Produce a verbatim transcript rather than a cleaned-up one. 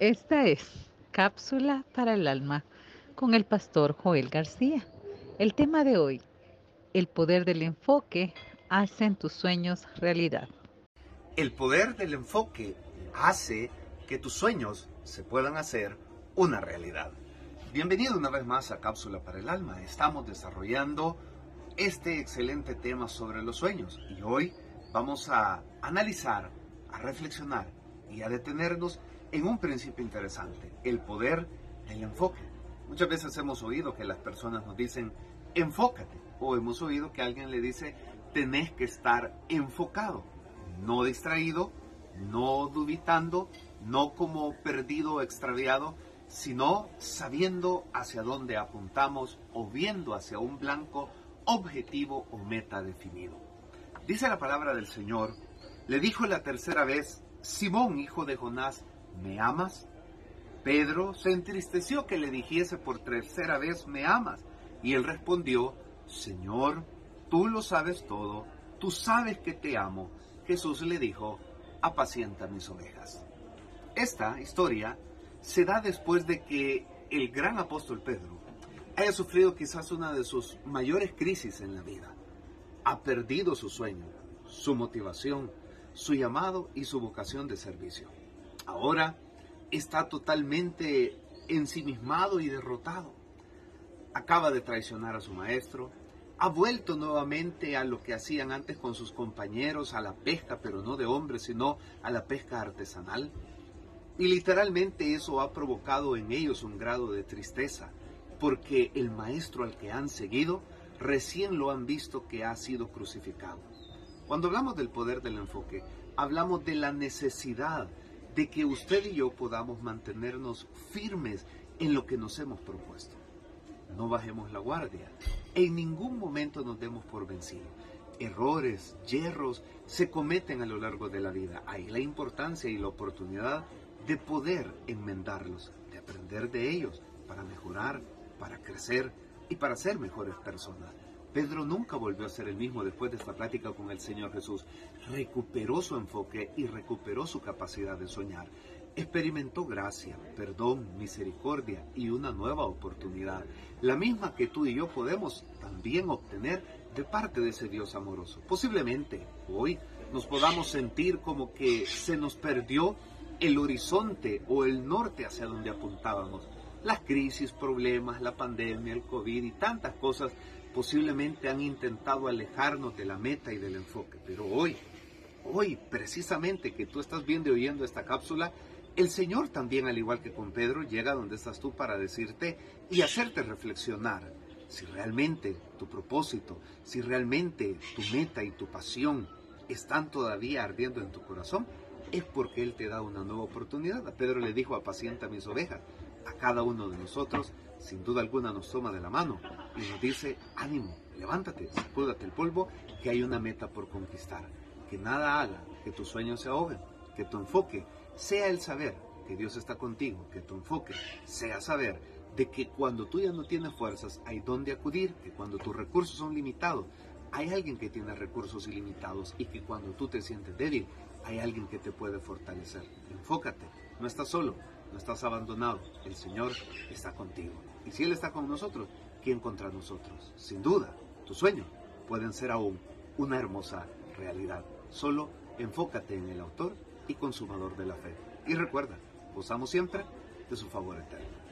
Esta es Cápsula para el Alma con el pastor Joel García. El tema de hoy, el poder del enfoque hacen tus sueños realidad. El poder del enfoque hace que tus sueños se puedan hacer una realidad. Bienvenido una vez más a Cápsula para el Alma. Estamos desarrollando este excelente tema sobre los sueños y hoy vamos a analizar, a reflexionar y a detenernos en un principio interesante, el poder del enfoque. Muchas veces hemos oído que las personas nos dicen enfócate, o hemos oído que alguien le dice tenés que estar enfocado, no distraído, no dubitando, no como perdido o extraviado, sino sabiendo hacia dónde apuntamos o viendo hacia un blanco objetivo o meta definido. Dice la palabra del Señor, le dijo la tercera vez, Simón, hijo de Jonás, ¿me amas? Pedro se entristeció que le dijese por tercera vez, ¿me amas? Y él respondió, Señor, tú lo sabes todo, tú sabes que te amo. Jesús le dijo, apacienta mis ovejas. Esta historia se da después de que el gran apóstol Pedro haya sufrido quizás una de sus mayores crisis en la vida. Ha perdido su sueño, su motivación, su llamado y su vocación de servicio. Ahora está totalmente ensimismado y derrotado. Acaba de traicionar a su maestro, ha vuelto nuevamente a lo que hacían antes con sus compañeros, a la pesca, pero no de hombres, sino a la pesca artesanal. Y literalmente eso ha provocado en ellos un grado de tristeza, porque el maestro al que han seguido recién lo han visto que ha sido crucificado. Cuando hablamos del poder del enfoque, hablamos de la necesidad de que usted y yo podamos mantenernos firmes en lo que nos hemos propuesto. No bajemos la guardia, en ningún momento nos demos por vencidos. Errores, yerros se cometen a lo largo de la vida. Hay la importancia y la oportunidad de poder enmendarlos, de aprender de ellos para mejorar, para crecer y para ser mejores personas. Pedro nunca volvió a ser el mismo después de esta plática con el Señor Jesús. Recuperó su enfoque y recuperó su capacidad de soñar. Experimentó gracia, perdón, misericordia y una nueva oportunidad, la misma que tú y yo podemos también obtener de parte de ese Dios amoroso. Posiblemente hoy nos podamos sentir como que se nos perdió el horizonte o el norte hacia donde apuntábamos. Las crisis, problemas, la pandemia, el COVID y tantas cosas posiblemente han intentado alejarnos de la meta y del enfoque. Pero hoy, hoy precisamente que tú estás viendo y oyendo esta cápsula, el Señor también, al igual que con Pedro, llega donde estás tú para decirte y hacerte reflexionar si realmente tu propósito, si realmente tu meta y tu pasión están todavía ardiendo en tu corazón, es porque Él te da una nueva oportunidad. A Pedro le dijo, apacienta mis ovejas. A cada uno de nosotros, sin duda alguna, nos toma de la mano y nos dice, ánimo, levántate, sacúdate el polvo, que hay una meta por conquistar. Que nada haga que tus sueños se ahoguen, que tu enfoque sea el saber que Dios está contigo, que tu enfoque sea saber de que cuando tú ya no tienes fuerzas hay donde acudir, que cuando tus recursos son limitados, hay alguien que tiene recursos ilimitados y que cuando tú te sientes débil, hay alguien que te puede fortalecer. Enfócate, no estás solo, no estás abandonado, el Señor está contigo. Y si Él está con nosotros, ¿quién contra nosotros? Sin duda, tus sueños pueden ser aún una hermosa realidad. Solo enfócate en el autor y consumador de la fe. Y recuerda, gozamos siempre de su favor eterno.